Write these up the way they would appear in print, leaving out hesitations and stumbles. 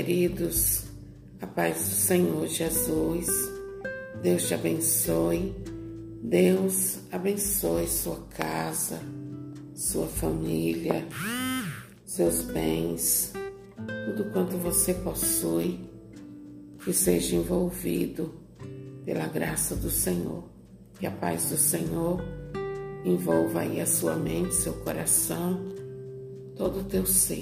queridos, a paz do Senhor Jesus, Deus te abençoe, Deus abençoe sua casa, sua família, seus bens, tudo quanto você possui, que seja envolvido pela graça do Senhor, que a paz do Senhor envolva aí a sua mente, seu coração, todo o teu ser.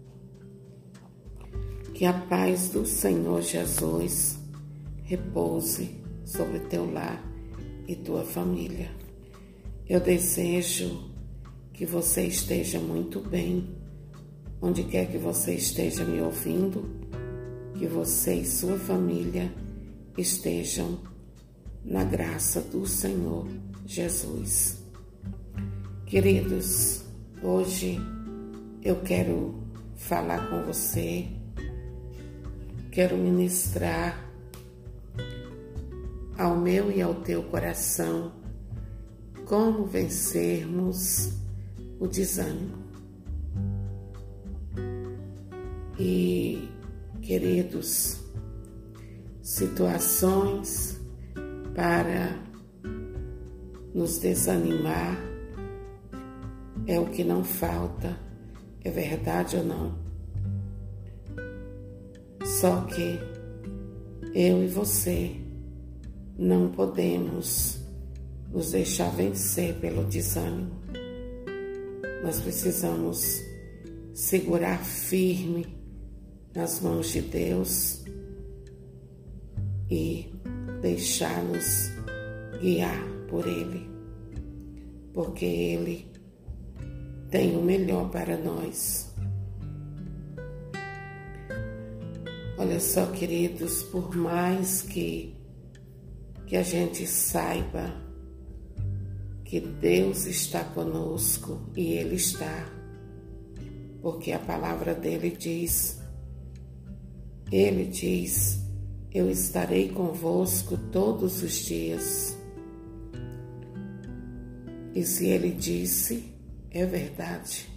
Que a paz do Senhor Jesus repouse sobre teu lar e tua família. Eu desejo que você esteja muito bem, onde quer que você esteja me ouvindo, que você e sua família estejam na graça do Senhor Jesus. Queridos, hoje eu quero falar com você, quero ministrar ao meu e ao teu coração como vencermos o desânimo. E, queridos, situações para nos desanimar é o que não falta, é verdade ou não? Só que eu e você não podemos nos deixar vencer pelo desânimo. Nós precisamos segurar firme nas mãos de Deus e deixar-nos guiar por Ele, porque Ele tem o melhor para nós. Olha só, queridos, por mais que a gente saiba que Deus está conosco, e Ele está, porque a palavra dele diz, Ele diz, eu estarei convosco todos os dias. E se Ele disse, é verdade.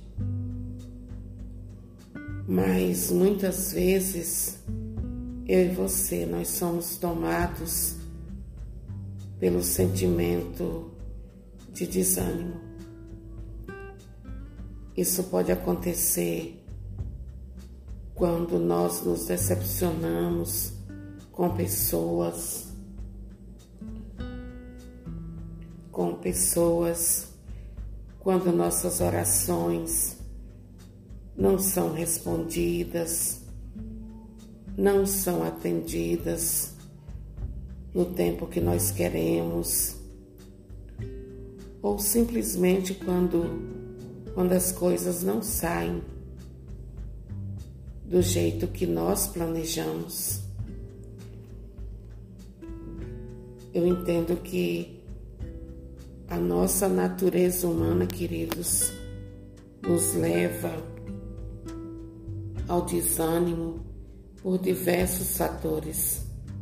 Mas muitas vezes, eu e você, nós somos tomados pelo sentimento de desânimo. Isso pode acontecer quando nós nos decepcionamos com pessoas, quando nossas orações não são respondidas, não são atendidas no tempo que nós queremos, ou simplesmente quando as coisas não saem do jeito que nós planejamos. Eu entendo que a nossa natureza humana, queridos, nos leva ao desânimo por diversos fatores.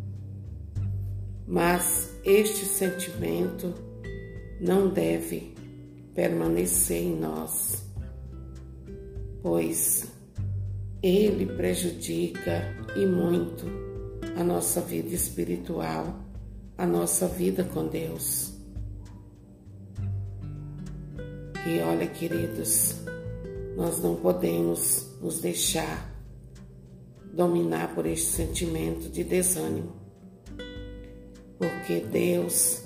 Mas este sentimento não deve permanecer em nós, pois ele prejudica e muito a nossa vida espiritual, a nossa vida com Deus. E olha, queridos, nós não podemos nos deixar dominar por este sentimento de desânimo, porque Deus,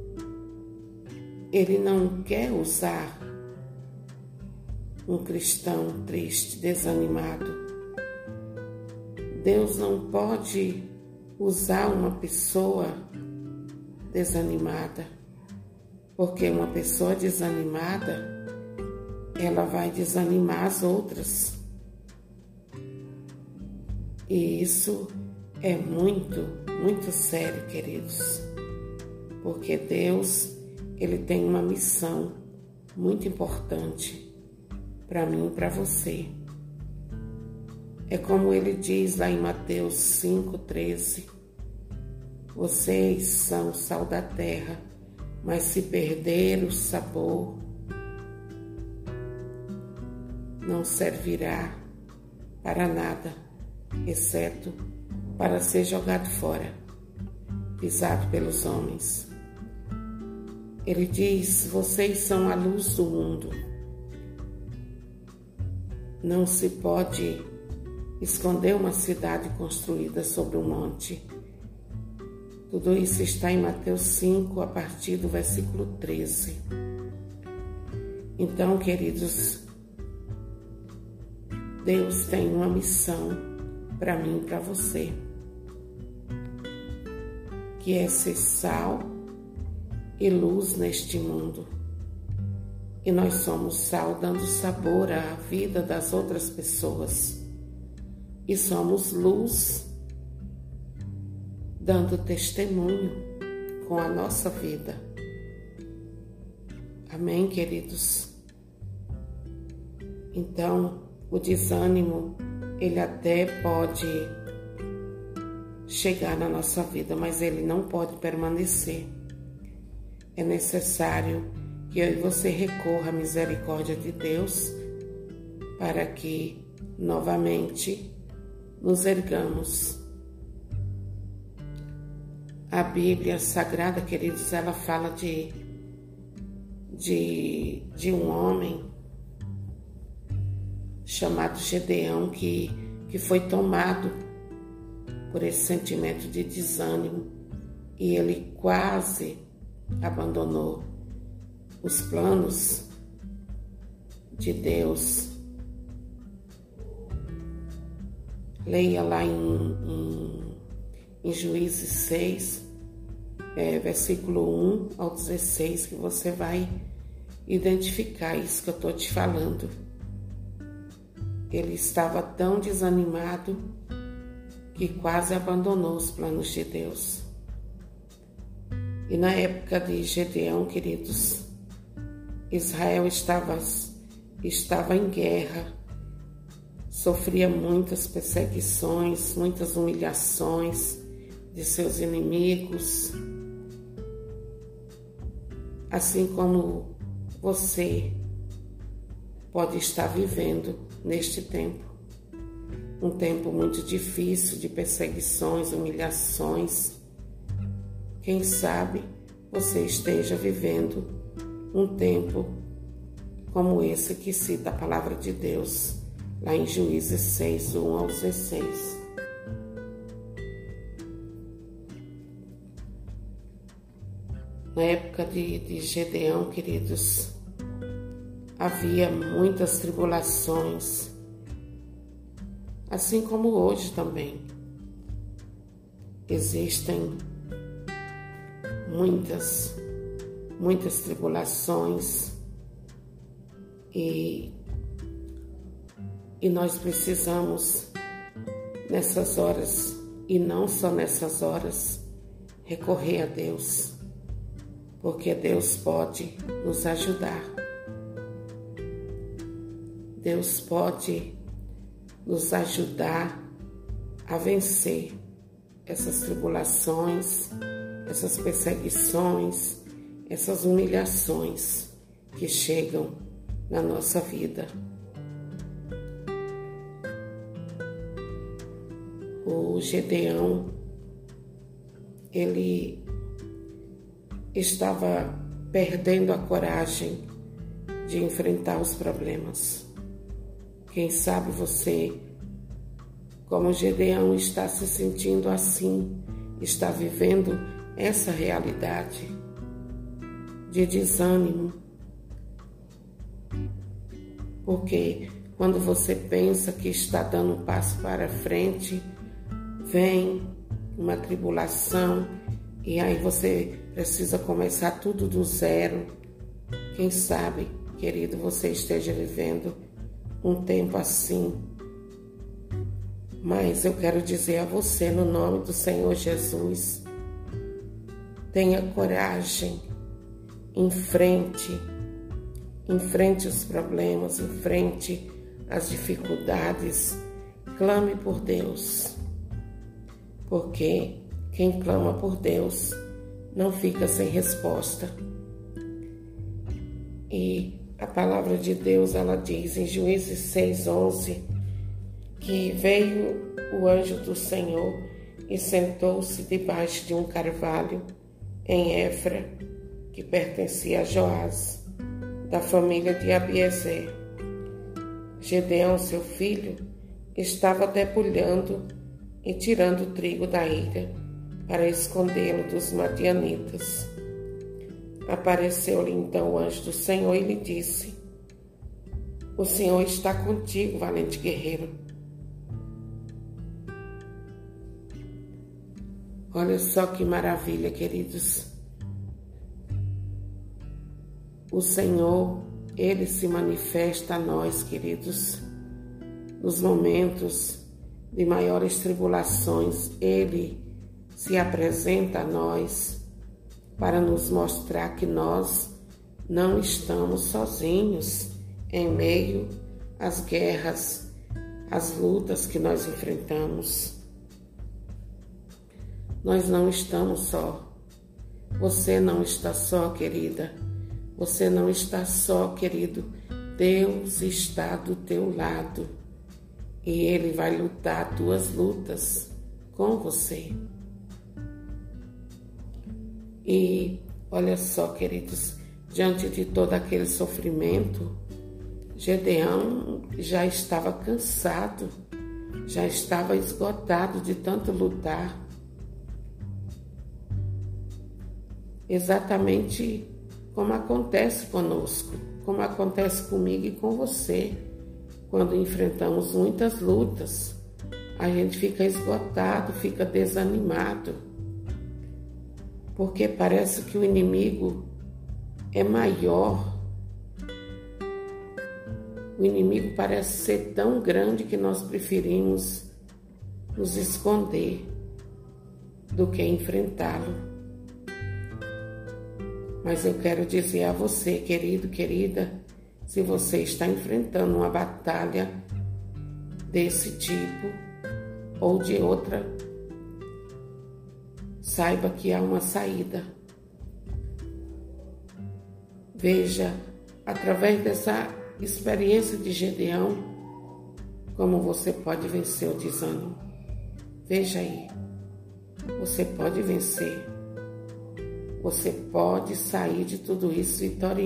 Ele não quer usar um cristão triste, desanimado. Deus não pode usar uma pessoa desanimada, porque uma pessoa desanimada, ela vai desanimar as outras. E isso é muito, muito sério, queridos, porque Deus, Ele tem uma missão muito importante para mim e para você. É como Ele diz lá em Mateus 5,13, vocês são o sal da terra, mas se perder o sabor, não servirá para nada. exceto para ser jogado fora, pisado pelos homens. Ele diz: vocês são a luz do mundo. Não se pode esconder uma cidade construída sobre um monte. Tudo isso está em Mateus 5, a partir do versículo 13. Então, queridos, Deus tem uma missão para mim e para você, que é ser sal e luz neste mundo. E nós somos sal dando sabor à vida das outras pessoas. E somos luz dando testemunho com a nossa vida. Amém, queridos? Então, o desânimo, ele até pode chegar na nossa vida, mas ele não pode permanecer. É necessário que eu e você recorra à misericórdia de Deus para que novamente nos ergamos. A Bíblia Sagrada, queridos, ela fala de um homem chamado Gedeão que foi tomado por esse sentimento de desânimo e ele quase abandonou os planos de Deus. Leia lá em Juízes 6, versículo 1 ao 16, que você vai identificar isso que eu estou te falando. Ele estava tão desanimado que quase abandonou os planos de Deus. E na época de Gedeão, queridos, Israel estava em guerra, sofria muitas perseguições, muitas humilhações de seus inimigos, assim como você pode estar vivendo neste tempo. Um tempo muito difícil de perseguições, humilhações. Quem sabe você esteja vivendo um tempo como esse que cita a palavra de Deus, lá em Juízes 6, 1 ao 16. Na época de Gedeão, queridos, havia muitas tribulações, assim como hoje também. Existem muitas tribulações e nós precisamos, nessas horas, e não só nessas horas, recorrer a Deus, porque Deus pode nos ajudar. Deus pode nos ajudar a vencer essas tribulações, essas perseguições, essas humilhações que chegam na nossa vida. O Gedeão, ele estava perdendo a coragem de enfrentar os problemas. Quem sabe você, como Gedeão, está se sentindo assim, está vivendo essa realidade de desânimo. Porque quando você pensa que está dando um passo para frente, vem uma tribulação e aí você precisa começar tudo do zero. Quem sabe, querido, você esteja vivendo um tempo assim. Mas eu quero dizer a você, no nome do Senhor Jesus, tenha coragem, enfrente os problemas, enfrente as dificuldades, clame por Deus, porque quem clama por Deus não fica sem resposta. E a palavra de Deus, ela diz em Juízes 6:11, que veio o anjo do Senhor e sentou-se debaixo de um carvalho em Efra, que pertencia a Joás, da família de Abiezer. Gedeão, seu filho, estava debulhando e tirando o trigo da eira para escondê-lo dos madianitas. Apareceu-lhe então o anjo do Senhor e lhe disse: O Senhor está contigo, valente guerreiro. Olha só que maravilha, queridos. O Senhor, Ele se manifesta a nós, queridos, nos momentos de maiores tribulações. Ele se apresenta a nós para nos mostrar que nós não estamos sozinhos em meio às guerras, às lutas que nós enfrentamos. Nós não estamos só. Você não está só, querida. Você não está só, querido. Deus está do teu lado e Ele vai lutar tuas lutas com você. E olha só, queridos, diante de todo aquele sofrimento, Gedeão já estava cansado, já estava esgotado de tanto lutar. Exatamente como acontece conosco, como acontece comigo e com você. Quando enfrentamos muitas lutas, a gente fica esgotado, fica desanimado, porque parece que o inimigo é maior. O inimigo parece ser tão grande que nós preferimos nos esconder do que enfrentá-lo. Mas eu quero dizer a você, querido, querida, se você está enfrentando uma batalha desse tipo ou de outra, saiba que há uma saída. Veja, através dessa experiência de Gedeão, como você pode vencer o desânimo. Veja aí, você pode vencer. Você pode sair de tudo isso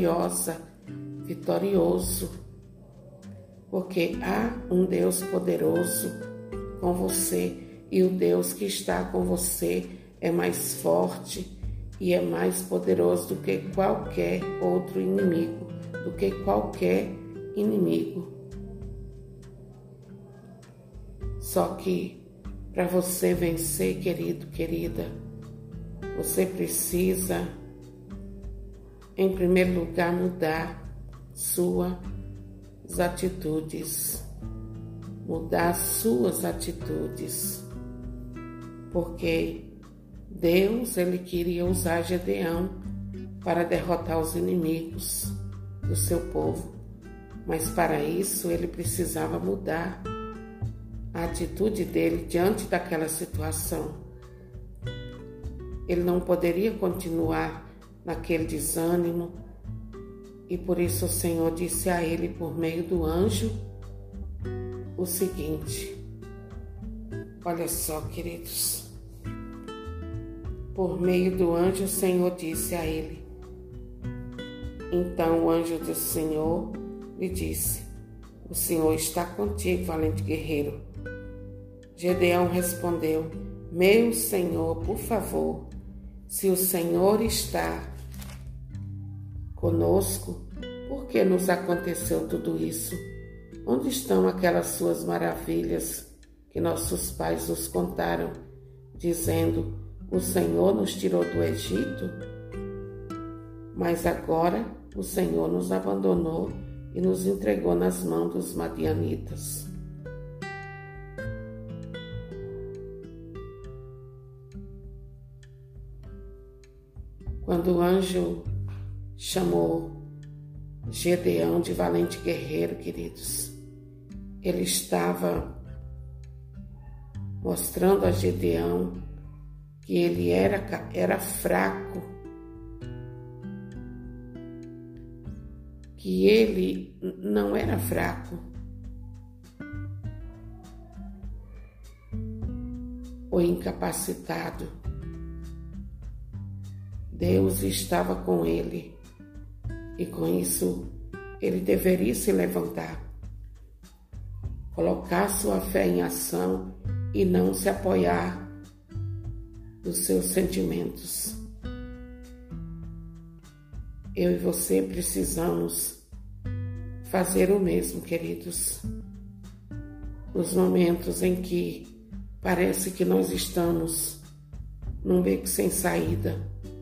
vitorioso, porque há um Deus poderoso com você e o Deus que está com você é mais forte e é mais poderoso do que qualquer outro inimigo, do que qualquer inimigo. Só que para você vencer, querido, querida, você precisa, em primeiro lugar, mudar suas atitudes. Mudar suas atitudes. Porque Deus, Ele queria usar Gedeão para derrotar os inimigos do seu povo. Mas para isso, ele precisava mudar a atitude dele diante daquela situação. Ele não poderia continuar naquele desânimo e por isso o Senhor disse a ele por meio do anjo o seguinte: olha só, queridos, por meio do anjo o Senhor disse a ele. Então o anjo do Senhor lhe disse: o Senhor está contigo, valente guerreiro. Gedeão respondeu: meu Senhor, por favor, se o Senhor está conosco, por que nos aconteceu tudo isso? Onde estão aquelas suas maravilhas que nossos pais nos contaram, dizendo: o Senhor nos tirou do Egito? Mas agora o Senhor nos abandonou e nos entregou nas mãos dos madianitas. Quando o anjo chamou Gedeão de valente guerreiro, queridos, ele estava mostrando a Gedeão que ele era fraco, que ele não era fraco, ou incapacitado. Deus estava com ele e com isso ele deveria se levantar, colocar sua fé em ação e não se apoiar nos seus sentimentos. Eu e você precisamos fazer o mesmo, queridos. Nos momentos em que parece que nós estamos num beco sem saída,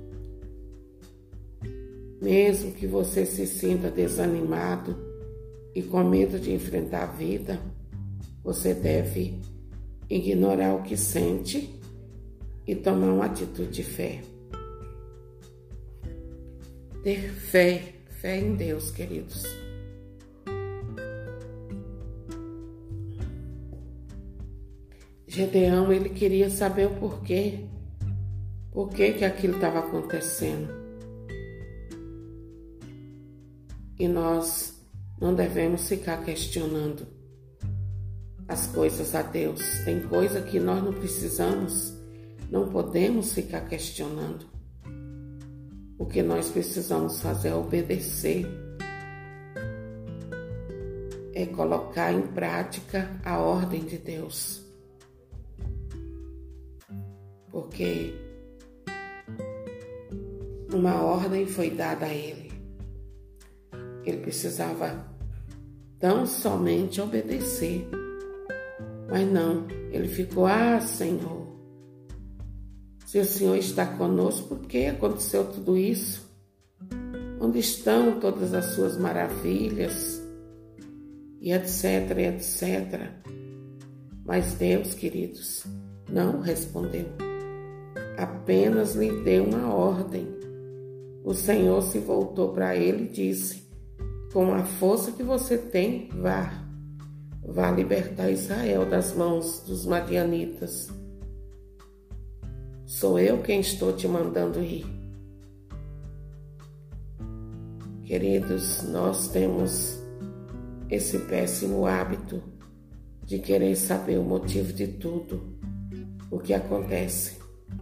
mesmo que você se sinta desanimado e com medo de enfrentar a vida, você deve ignorar o que sente e tomar uma atitude de fé. Ter fé em Deus, queridos. Gedeão, ele queria saber o porquê. Por que aquilo estava acontecendo. E nós não devemos ficar questionando as coisas a Deus. Tem coisa que nós não precisamos, não podemos ficar questionando. O que nós precisamos fazer é obedecer. É colocar em prática a ordem de Deus. Porque uma ordem foi dada a ele. Ele precisava tão somente obedecer. Mas não, ele ficou, Senhor, se o Senhor está conosco, por que aconteceu tudo isso? Onde estão todas as suas maravilhas? E etc, etc. Mas Deus, queridos, não respondeu. Apenas lhe deu uma ordem. O Senhor se voltou para ele e disse: com a força que você tem, vá libertar Israel das mãos dos madianitas. Sou eu quem estou te mandando ir. Queridos, nós temos esse péssimo hábito de querer saber o motivo de tudo, o que acontece,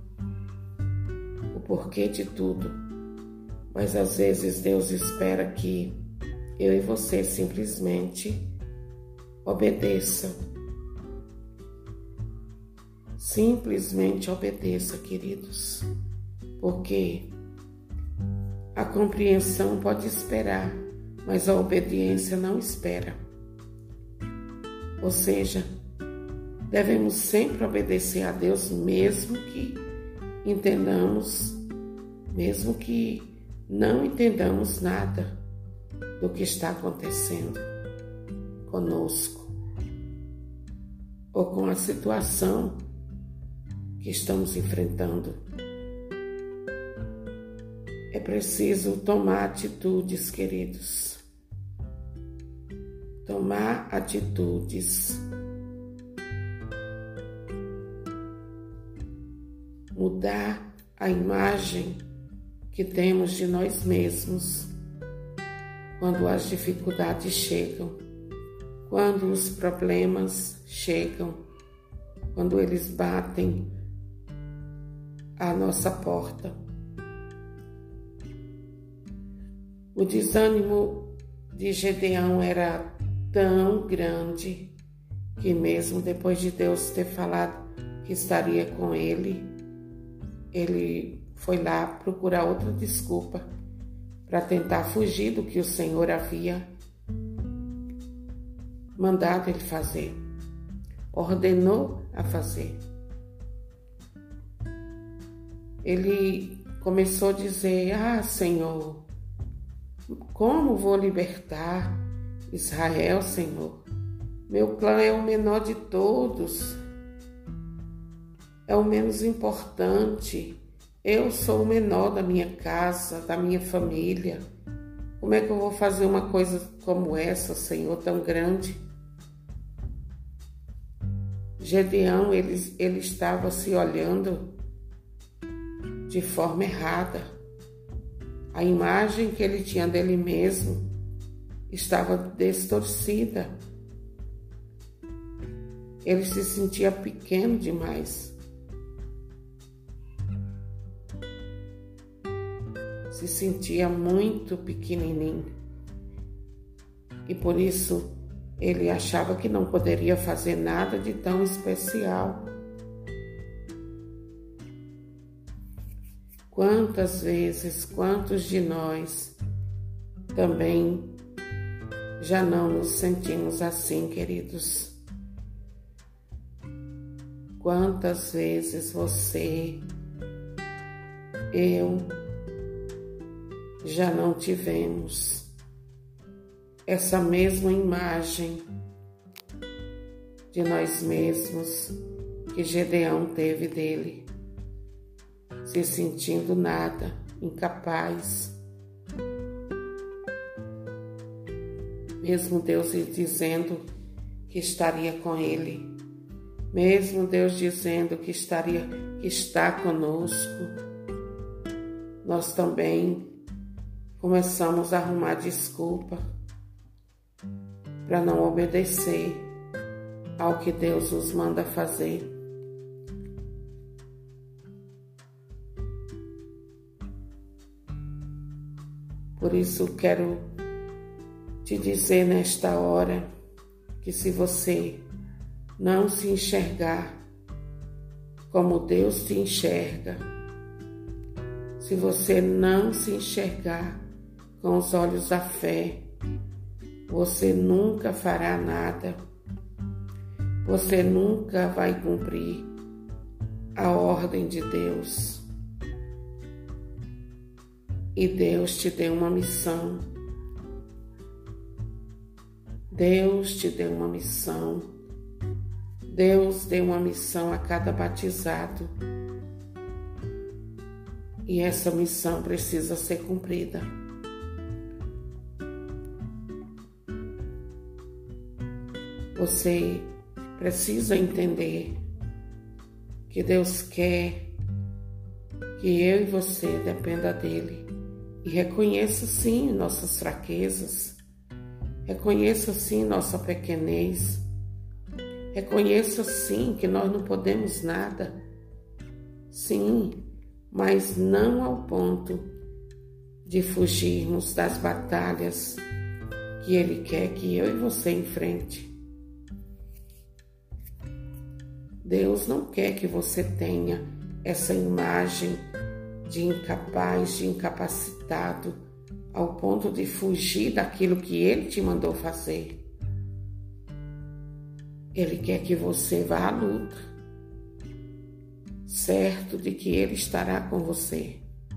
o porquê de tudo. Mas às vezes Deus espera que eu e você simplesmente obedeça. Simplesmente obedeça, queridos. Porque a compreensão pode esperar, mas a obediência não espera. Ou seja, devemos sempre obedecer a Deus, mesmo que entendamos, mesmo que não entendamos nada do que está acontecendo conosco ou com a situação que estamos enfrentando. É preciso tomar atitudes, queridos. Tomar atitudes. Mudar a imagem que temos de nós mesmos quando as dificuldades chegam, quando os problemas chegam, quando eles batem à nossa porta. O desânimo de Gedeão era tão grande que mesmo depois de Deus ter falado que estaria com ele, ele foi lá procurar outra desculpa para tentar fugir do que o Senhor havia mandado ele fazer, ordenou a fazer. Ele começou a dizer: Senhor, como vou libertar Israel, Senhor? Meu clã é o menor de todos, é o menos importante. Eu sou o menor da minha casa, da minha família. Como é que eu vou fazer uma coisa como essa, Senhor, tão grande? Gedeão, ele estava se olhando de forma errada. A imagem que ele tinha dele mesmo estava distorcida. Ele se sentia pequeno demais. se sentia muito pequenininho. E por isso ele achava que não poderia fazer nada de tão especial. Quantas vezes, quantos de nós também já não nos sentimos assim, queridos? Quantas vezes você, eu, já não tivemos essa mesma imagem de nós mesmos que Gedeão teve dele, se sentindo nada, incapaz. Mesmo Deus dizendo que estaria com ele, mesmo Deus dizendo que está conosco, nós também começamos a arrumar desculpa para não obedecer ao que Deus nos manda fazer. Por isso quero te dizer nesta hora que se você não se enxergar como Deus te enxerga, se você não se enxergar com os olhos da fé, você nunca fará nada, você nunca vai cumprir a ordem de Deus. E Deus te deu uma missão. Deus te deu uma missão. Deus deu uma missão a cada batizado. E essa missão precisa ser cumprida. Você precisa entender que Deus quer que eu e você dependa dele. E reconheça sim nossas fraquezas. Reconheça sim nossa pequenez. Reconheça sim que nós não podemos nada. Sim, mas não ao ponto de fugirmos das batalhas que Ele quer que eu e você enfrente. Deus não quer que você tenha essa imagem de incapaz, de incapacitado, ao ponto de fugir daquilo que Ele te mandou fazer. Ele quer que você vá à luta, certo de que Ele estará com você,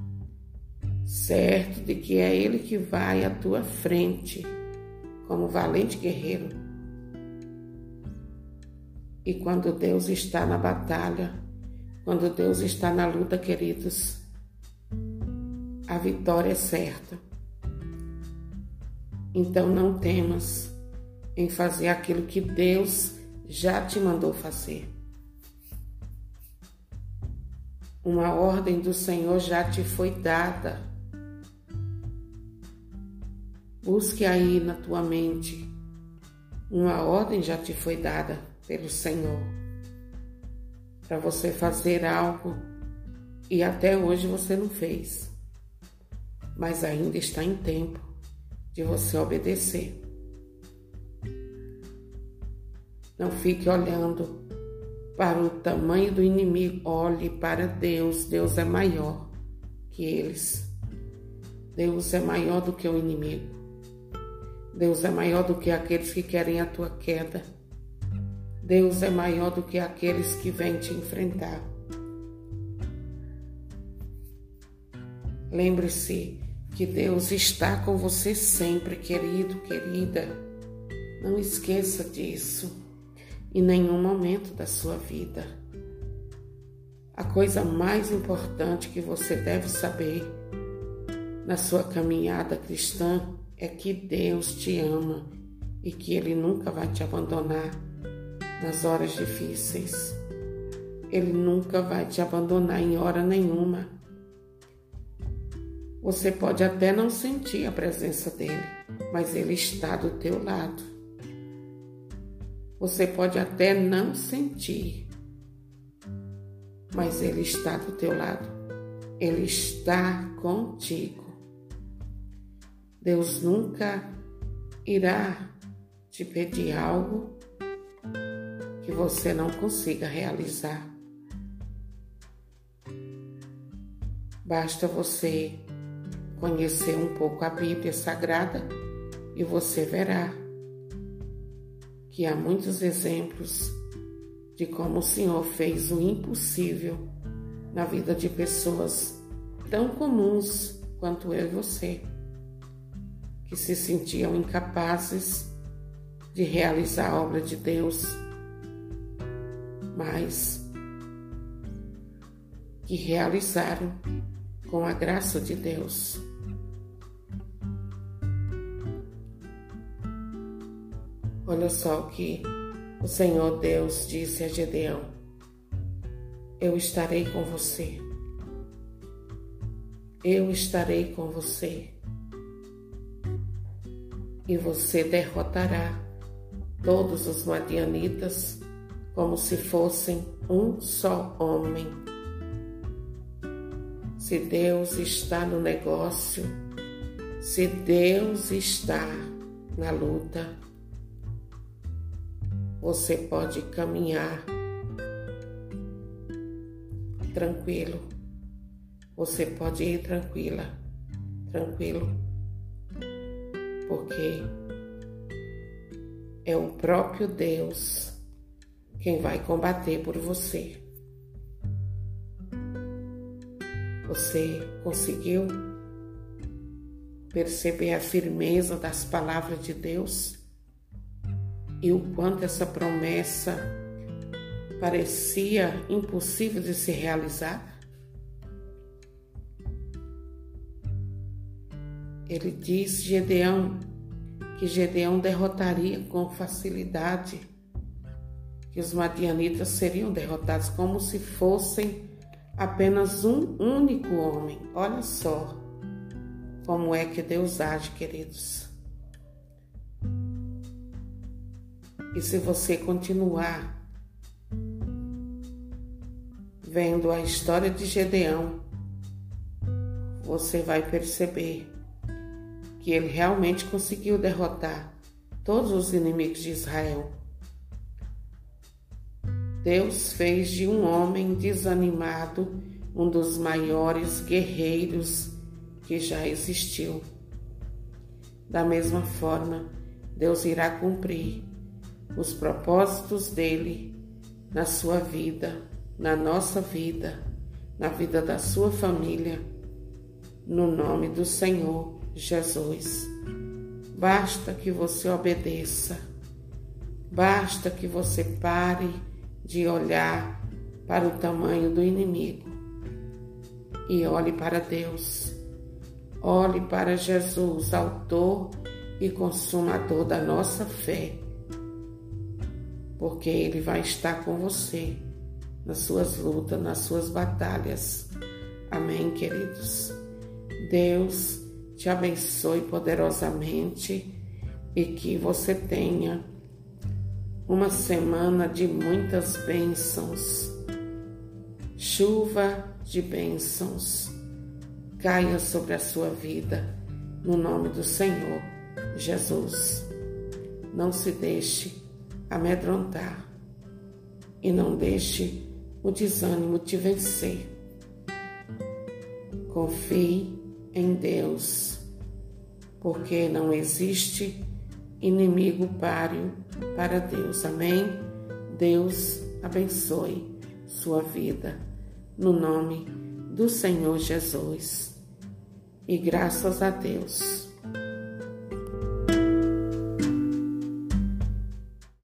certo de que é Ele que vai à tua frente, como valente guerreiro. E quando Deus está na batalha, quando Deus está na luta, queridos, a vitória é certa. Então não temas em fazer aquilo que Deus já te mandou fazer. Uma ordem do Senhor já te foi dada. Busque aí na tua mente. Uma ordem já te foi dada pelo Senhor para você fazer algo e até hoje você não fez, mas ainda está em tempo de você obedecer. Não fique olhando para o tamanho do inimigo, olhe para Deus. Deus é maior que eles. Deus é maior do que o inimigo. Deus é maior do que aqueles que querem a tua queda. Deus é maior do que aqueles que vêm te enfrentar. Lembre-se que Deus está com você sempre, querido, querida. Não esqueça disso em nenhum momento da sua vida. A coisa mais importante que você deve saber na sua caminhada cristã é que Deus te ama e que Ele nunca vai te abandonar nas horas difíceis. Ele nunca vai te abandonar em hora nenhuma. Você pode até não sentir a presença dele, mas ele está do teu lado. Você pode até não sentir, mas ele está do teu lado. Ele está contigo. Deus nunca irá te pedir algo que você não consiga realizar. Basta você conhecer um pouco a Bíblia Sagrada e você verá que há muitos exemplos de como o Senhor fez o impossível na vida de pessoas tão comuns quanto eu e você, que se sentiam incapazes de realizar a obra de Deus, mas que realizaram com a graça de Deus. Olha só o que o Senhor Deus disse a Gedeão: eu estarei com você. Eu estarei com você. E você derrotará todos os madianitas como se fossem um só homem. Se Deus está no negócio, se Deus está na luta, você pode caminhar tranquilo. Você pode ir tranquilo, porque é o próprio Deus quem vai combater por você. Você conseguiu perceber a firmeza das palavras de Deus e o quanto essa promessa parecia impossível de se realizar? Ele diz que Gedeão derrotaria com facilidade, que os madianitas seriam derrotados como se fossem apenas um único homem. Olha só como é que Deus age, queridos. E se você continuar vendo a história de Gedeão, você vai perceber que ele realmente conseguiu derrotar todos os inimigos de Israel. Deus fez de um homem desanimado um dos maiores guerreiros que já existiu. Da mesma forma, Deus irá cumprir os propósitos dele na sua vida, na nossa vida, na vida da sua família, no nome do Senhor Jesus. Basta que você obedeça, basta que você pare de olhar para o tamanho do inimigo e olhe para Deus, olhe para Jesus, autor e consumador da nossa fé, porque Ele vai estar com você nas suas lutas, nas suas batalhas. Amém, queridos? Deus te abençoe poderosamente e que você tenha uma semana de muitas bênçãos. Chuva de bênçãos caia sobre a sua vida, no nome do Senhor Jesus. Não se deixe amedrontar e não deixe o desânimo te vencer. Confie em Deus, porque não existe inimigo páreo para Deus. Amém? Deus abençoe sua vida, no nome do Senhor Jesus. E graças a Deus.